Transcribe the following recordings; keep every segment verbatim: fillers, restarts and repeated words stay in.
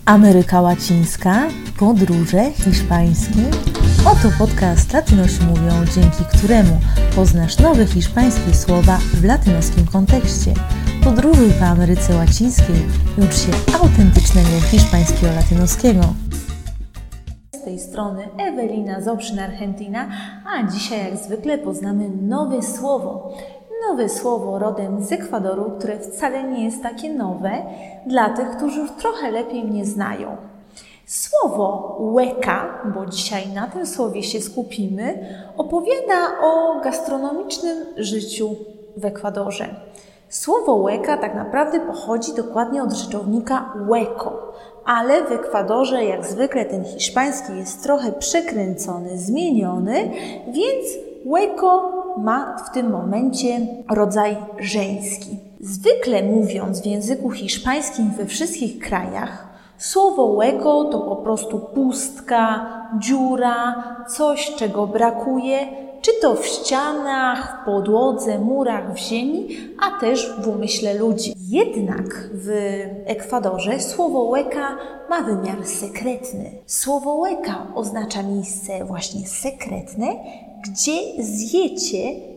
Ameryka Łacińska, podróże hiszpańskie. Oto podcast Latynosi mówią, dzięki któremu poznasz nowe hiszpańskie słowa w latynoskim kontekście. Podróżuj po Ameryce Łacińskiej i ucz się autentycznego hiszpańskiego latynoskiego. Z tej strony Ewelina z Obszyn Argentina, a dzisiaj jak zwykle poznamy nowe słowo. Nowe słowo rodem z Ekwadoru, które wcale nie jest takie nowe dla tych, którzy już trochę lepiej mnie znają. Słowo hueca, bo dzisiaj na tym słowie się skupimy, opowiada o gastronomicznym życiu w Ekwadorze. Słowo hueca tak naprawdę pochodzi dokładnie od rzeczownika hueco, ale w Ekwadorze jak zwykle ten hiszpański jest trochę przekręcony, zmieniony, więc hueco ma w tym momencie rodzaj żeński. Zwykle mówiąc w języku hiszpańskim we wszystkich krajach, słowo hueco to po prostu pustka, dziura, coś czego brakuje, czy to w ścianach, w podłodze, murach, w ziemi, a też w umyśle ludzi. Jednak w Ekwadorze słowo hueca ma wymiar sekretny. Słowo hueca oznacza miejsce właśnie sekretne, gdzie zjecie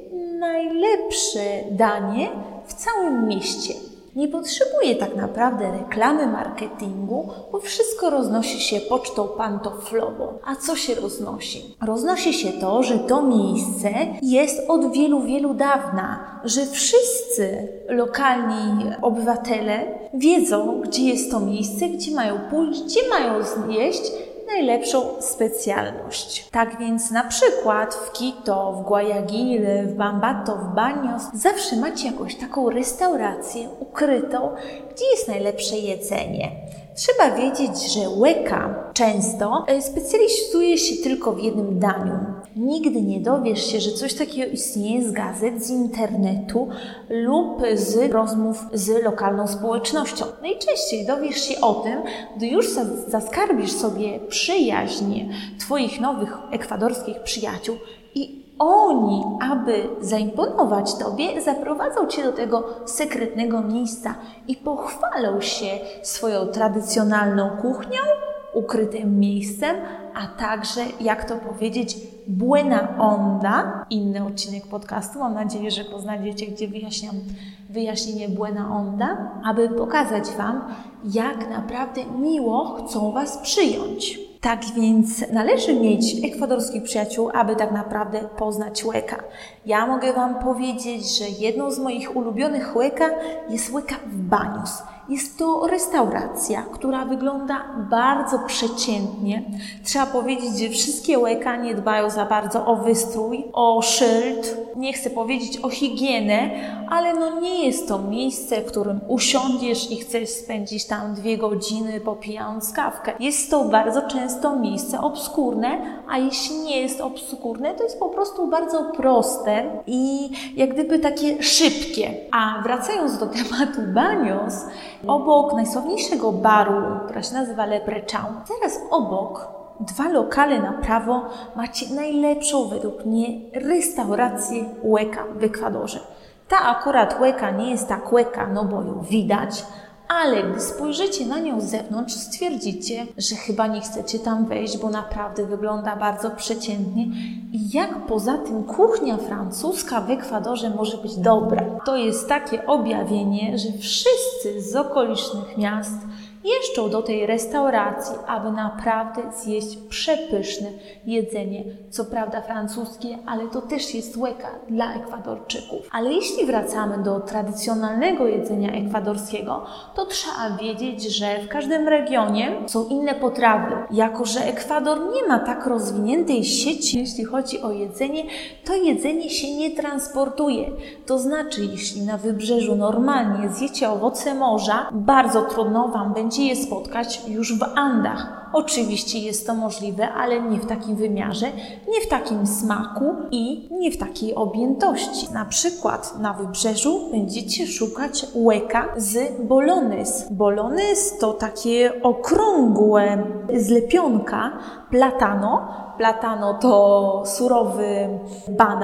najlepsze danie w całym mieście. Nie potrzebuje tak naprawdę reklamy, marketingu, bo wszystko roznosi się pocztą pantoflową. A co się roznosi? Roznosi się to, że to miejsce jest od wielu, wielu dawna, że wszyscy lokalni obywatele wiedzą, gdzie jest to miejsce, gdzie mają pójść, gdzie mają zjeść najlepszą specjalność. Tak więc na przykład w Quito, w Guayaquil, w Bambato, w Baños zawsze macie jakąś taką restaurację ukrytą, gdzie jest najlepsze jedzenie. Trzeba wiedzieć, że hueca często specjalizuje się tylko w jednym daniu. Nigdy nie dowiesz się, że coś takiego istnieje z gazet, z internetu lub z rozmów z lokalną społecznością. Najczęściej dowiesz się o tym, gdy już zaskarbisz sobie przyjaźń Twoich nowych ekwadorskich przyjaciół i oni, aby zaimponować Tobie, zaprowadzą Cię do tego sekretnego miejsca i pochwalą się swoją tradycjonalną kuchnią, ukrytym miejscem, a także, jak to powiedzieć, buena onda, inny odcinek podcastu, mam nadzieję, że poznajecie, gdzie wyjaśniam wyjaśnienie buena onda, aby pokazać Wam, jak naprawdę miło chcą Was przyjąć. Tak więc należy mieć ekwadorskich przyjaciół, aby tak naprawdę poznać hueca. Ja mogę Wam powiedzieć, że jedną z moich ulubionych hueca jest hueca w Baños. Jest to restauracja, która wygląda bardzo przeciętnie. Trzeba powiedzieć, że wszystkie hueca nie dbają za bardzo o wystrój, o szyld, nie chcę powiedzieć o higienę, ale no nie jest to miejsce, w którym usiądziesz i chcesz spędzić tam dwie godziny popijając kawkę. Jest to bardzo często miejsce obskurne, a jeśli nie jest obskurne, to jest po prostu bardzo proste i jak gdyby takie szybkie. A wracając do tematu Baños, obok najsławniejszego baru, która się nazywa Leprechaun, zaraz obok, dwa lokale na prawo, macie najlepszą według mnie restaurację hueca w Ekwadorze. Ta akurat hueca nie jest ta hueca, no bo ją widać, ale gdy spojrzycie na nią z zewnątrz, stwierdzicie, że chyba nie chcecie tam wejść, bo naprawdę wygląda bardzo przeciętnie. I jak poza tym kuchnia francuska w Ekwadorze może być dobra? To jest takie objawienie, że wszyscy z okolicznych miast jeżdżą do tej restauracji, aby naprawdę zjeść przepyszne jedzenie. Co prawda francuskie, ale to też jest hueca dla Ekwadorczyków. Ale jeśli wracamy do tradycjonalnego jedzenia ekwadorskiego, to trzeba wiedzieć, że w każdym regionie są inne potrawy. Jako że Ekwador nie ma tak rozwiniętej sieci, jeśli chodzi o jedzenie, to jedzenie się nie transportuje. To znaczy, jeśli na wybrzeżu normalnie zjecie owoce morza, bardzo trudno Wam będzie je spotkać już w Andach. Oczywiście jest to możliwe, ale nie w takim wymiarze, nie w takim smaku i nie w takiej objętości. Na przykład na wybrzeżu będziecie szukać hueca z bolones. Bolones to takie okrągłe zlepionka platano. Platano to surowy banan,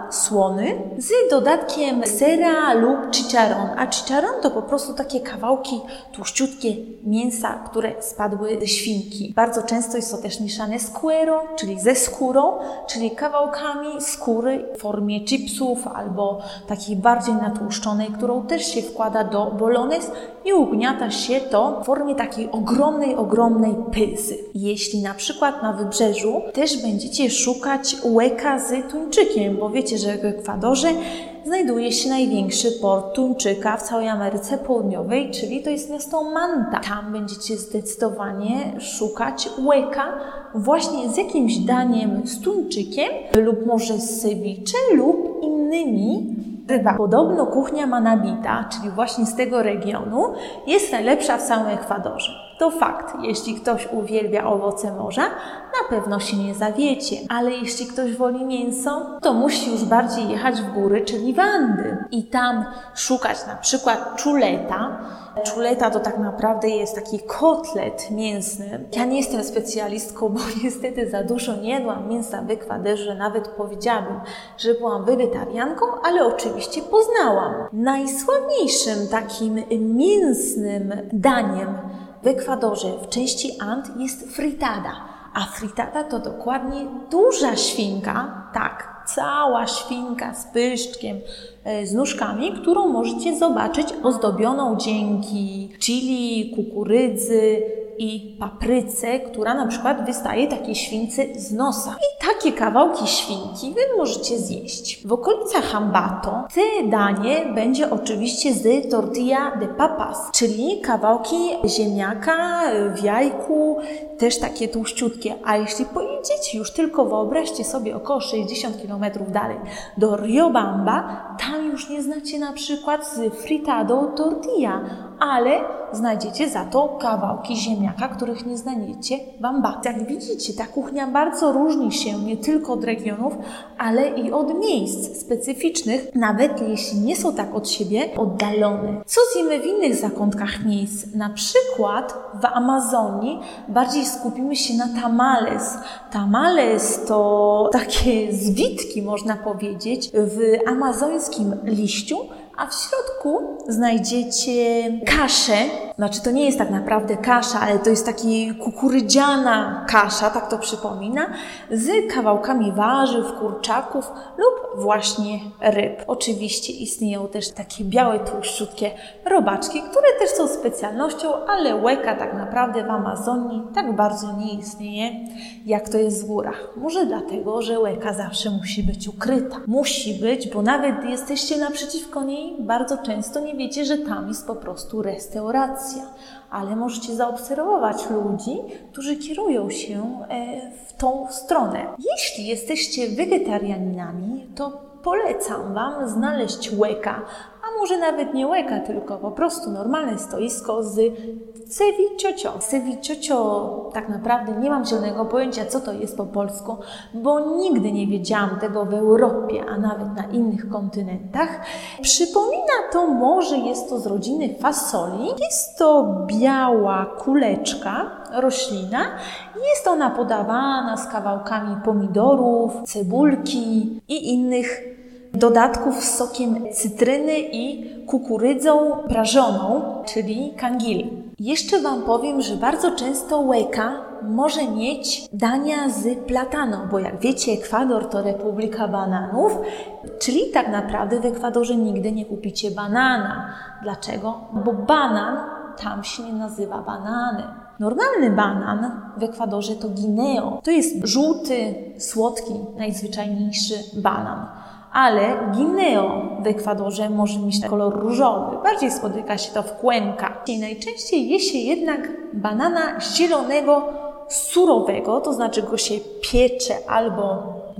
słony z dodatkiem sera lub chicharron. A chicharron to po prostu takie kawałki tłuściutkie mięsa, które spadły ze świnki. Bardzo często jest to też mieszane z cuero, czyli ze skórą, czyli kawałkami skóry w formie chipsów albo takiej bardziej natłuszczonej, którą też się wkłada do bolognese i ugniata się to w formie takiej ogromnej, ogromnej pylsy. Jeśli na przykład na wybrzeżu też będziecie szukać łeka z tuńczykiem, bo wiecie, że w Ekwadorze znajduje się największy port tuńczyka w całej Ameryce Południowej, czyli to jest miasto Manta. Tam będziecie zdecydowanie szukać łeka właśnie z jakimś daniem z tuńczykiem lub może z ceviche lub innymi rybami. Podobno kuchnia manabita, czyli właśnie z tego regionu, jest najlepsza w całym Ekwadorze. To fakt. Jeśli ktoś uwielbia owoce morza, na pewno się nie zawiecie. Ale jeśli ktoś woli mięso, to musi już bardziej jechać w góry, czyli w Andy. I tam szukać na przykład chuleta. Chuleta to tak naprawdę jest taki kotlet mięsny. Ja nie jestem specjalistką, bo niestety za dużo nie jadłam mięsa w Ekwadorze. Nawet powiedziałabym, że byłam wegetarianką, ale oczywiście poznałam. Najsławniejszym takim mięsnym daniem w Ekwadorze w części And jest fritada. A fritada to dokładnie duża świnka, tak, cała świnka z pyszczkiem, z nóżkami, którą możecie zobaczyć ozdobioną dzięki chili, kukurydzy i papryce, która na przykład wystaje takiej śwince z nosa. I takie kawałki świnki wy możecie zjeść. W okolicach Ambato te danie będzie oczywiście z tortilla de papas, czyli kawałki ziemniaka w jajku, też takie tłuściutkie. A jeśli pojedziecie już tylko, wyobraźcie sobie, około sześćdziesiąt kilometrów dalej do Riobamba, tam już nie znacie na przykład z fritado tortilla, ale znajdziecie za to kawałki ziemniaka, których nie znajdziecie w Ambato. Jak widzicie, ta kuchnia bardzo różni się nie tylko od regionów, ale i od miejsc specyficznych, nawet jeśli nie są tak od siebie oddalone. Co zjemy w innych zakątkach miejsc? Na przykład w Amazonii bardziej skupimy się na tamales. Tamales to takie zwitki, można powiedzieć, w amazońskim liściu, a w środku znajdziecie kaszę. Znaczy to nie jest tak naprawdę kasza, ale to jest taki kukurydziana kasza, tak to przypomina, z kawałkami warzyw, kurczaków lub właśnie ryb. Oczywiście istnieją też takie białe, tłuszczutkie robaczki, które też są specjalnością, ale łeka tak naprawdę w Amazonii tak bardzo nie istnieje, jak to jest w górach. Może dlatego, że łeka zawsze musi być ukryta. Musi być, bo nawet jesteście naprzeciwko niej, bardzo często nie wiecie, że tam jest po prostu restauracja. Ale możecie zaobserwować ludzi, którzy kierują się w tą stronę. Jeśli jesteście wegetarianinami, to polecam Wam znaleźć łeka, a może nawet nie łeka, tylko po prostu normalne stoisko z cevichocią. Cevichocio tak naprawdę nie mam zielonego pojęcia, co to jest po polsku, bo nigdy nie wiedziałam tego w Europie, a nawet na innych kontynentach. Przypomina to może, jest to z rodziny fasoli. Jest to biała kuleczka, roślina. Jest ona podawana z kawałkami pomidorów, cebulki i innych dodatków z sokiem cytryny i kukurydzą prażoną, czyli canguil. Jeszcze Wam powiem, że bardzo często łeka może mieć dania z platano, bo jak wiecie, Ekwador to Republika Bananów, czyli tak naprawdę w Ekwadorze nigdy nie kupicie banana. Dlaczego? Bo banan tam się nie nazywa bananem. Normalny banan w Ekwadorze to guineo. To jest żółty, słodki, najzwyczajniejszy banan. Ale guineo w Ekwadorze może mieć kolor różowy. Bardziej spotyka się to w Cuenca. I najczęściej je się jednak banana zielonego, surowego, to znaczy go się piecze albo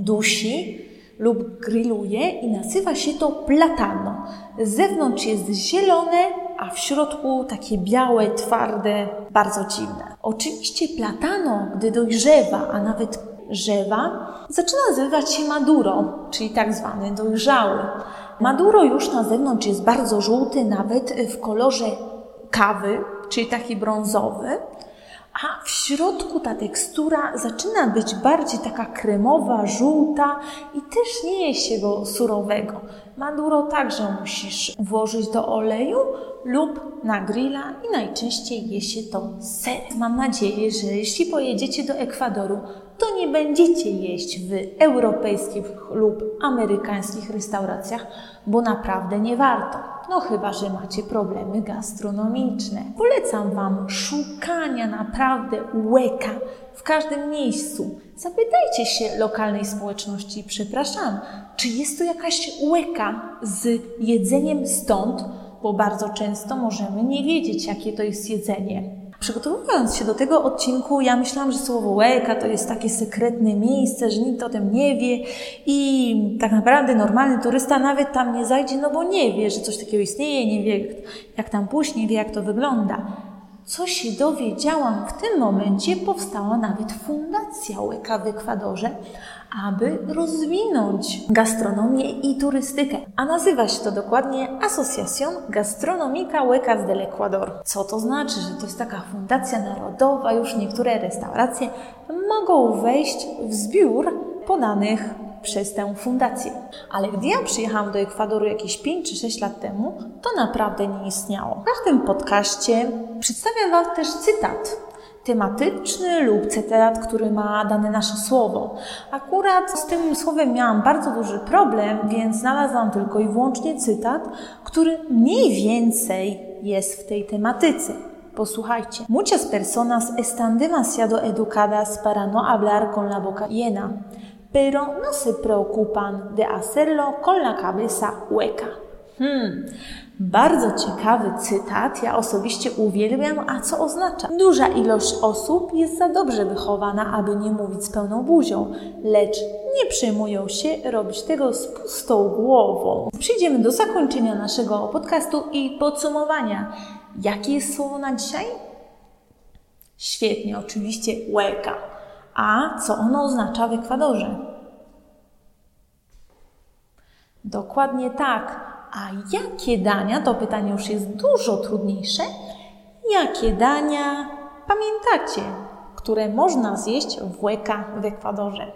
dusi lub grilluje i nazywa się to platano. Z zewnątrz jest zielone, a w środku takie białe, twarde, bardzo dziwne. Oczywiście platano, gdy dojrzewa, a nawet rzewa, zaczyna nazywać się maduro, czyli tak zwany dojrzały. Maduro już na zewnątrz jest bardzo żółty, nawet w kolorze kawy, czyli taki brązowy, a w środku ta tekstura zaczyna być bardziej taka kremowa, żółta i też nie je się go surowego. Maduro także musisz włożyć do oleju lub na grilla i najczęściej je się to z serem. Mam nadzieję, że jeśli pojedziecie do Ekwadoru, to nie będziecie jeść w europejskich lub amerykańskich restauracjach, bo naprawdę nie warto. No chyba że macie problemy gastronomiczne. Polecam Wam szukania naprawdę łeka w każdym miejscu. Zapytajcie się lokalnej społeczności, przepraszam, czy jest to jakaś łeka z jedzeniem stąd, bo bardzo często możemy nie wiedzieć, jakie to jest jedzenie. Przygotowując się do tego odcinku, ja myślałam, że słowo łeka to jest takie sekretne miejsce, że nikt o tym nie wie i tak naprawdę normalny turysta nawet tam nie zajdzie, no bo nie wie, że coś takiego istnieje, nie wie jak tam pójść, nie wie jak to wygląda. Co się dowiedziałam w tym momencie, powstała nawet fundacja łeka w Ekwadorze, aby rozwinąć gastronomię i turystykę. A nazywa się to dokładnie Asociación Gastronómica Huecas del Ecuador. Co to znaczy? Że to jest taka fundacja narodowa, już niektóre restauracje mogą wejść w zbiór podanych przez tę fundację. Ale gdy ja przyjechałam do Ekwadoru jakieś pięć czy sześć lat temu, to naprawdę nie istniało. W każdym podcaście przedstawiam Wam też cytat tematyczny lub cytat, który ma dane nasze słowo. Akurat z tym słowem miałam bardzo duży problem, więc znalazłam tylko i wyłącznie cytat, który mniej więcej jest w tej tematyce. Posłuchajcie. Muchas personas están demasiado educadas para no hablar con la boca llena, pero no se preocupan de hacerlo con la cabeza hueca. Hmm, bardzo ciekawy cytat, ja osobiście uwielbiam, a co oznacza? Duża ilość osób jest za dobrze wychowana, aby nie mówić z pełną buzią, lecz nie przejmują się robić tego z pustą głową. Przejdziemy do zakończenia naszego podcastu i podsumowania. Jakie jest słowo na dzisiaj? Świetnie, oczywiście hueca. A co ono oznacza w Ekwadorze? Dokładnie tak. A jakie dania, to pytanie już jest dużo trudniejsze, jakie dania pamiętacie, które można zjeść w hueca w Ekwadorze?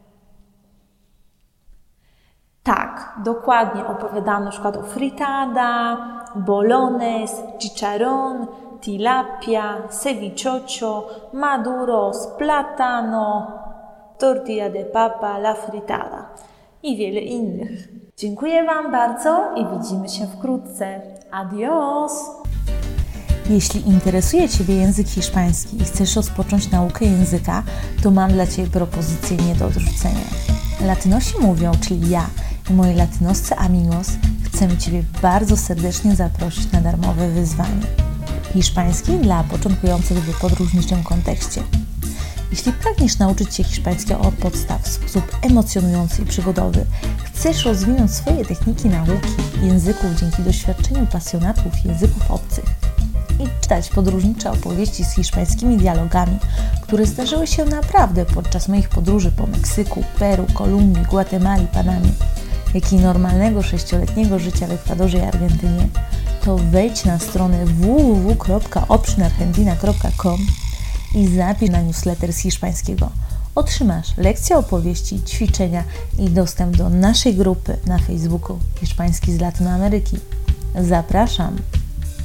Tak, dokładnie opowiadam na przykład o fritada, bolones, chicharrón, tilapia, cevichocho, maduros, plátano, tortilla de papa, la fritada i wiele innych. Dziękuję Wam bardzo i widzimy się wkrótce. Adios! Jeśli interesuje Ciebie język hiszpański i chcesz rozpocząć naukę języka, to mam dla Ciebie propozycję nie do odrzucenia. Latynosi mówią, czyli ja i moi latynoscy amigos, chcemy Ciebie bardzo serdecznie zaprosić na darmowe wyzwanie. Hiszpański dla początkujących w podróżniczym kontekście. Jeśli pragniesz nauczyć się hiszpańskiego od podstaw w sposób emocjonujący i przygodowy, chcesz rozwinąć swoje techniki nauki języków dzięki doświadczeniu pasjonatów języków obcych i czytać podróżnicze opowieści z hiszpańskimi dialogami, które zdarzyły się naprawdę podczas moich podróży po Meksyku, Peru, Kolumbii, Gwatemali, Panamie, jak i normalnego sześcioletniego życia w Ekwadorze i Argentynie, to wejdź na stronę w w w kropka option argentina kropka com i zapisz na newsletter z hiszpańskiego. Otrzymasz lekcje opowieści, ćwiczenia i dostęp do naszej grupy na Facebooku Hiszpański z Latynoameryki. Zapraszam!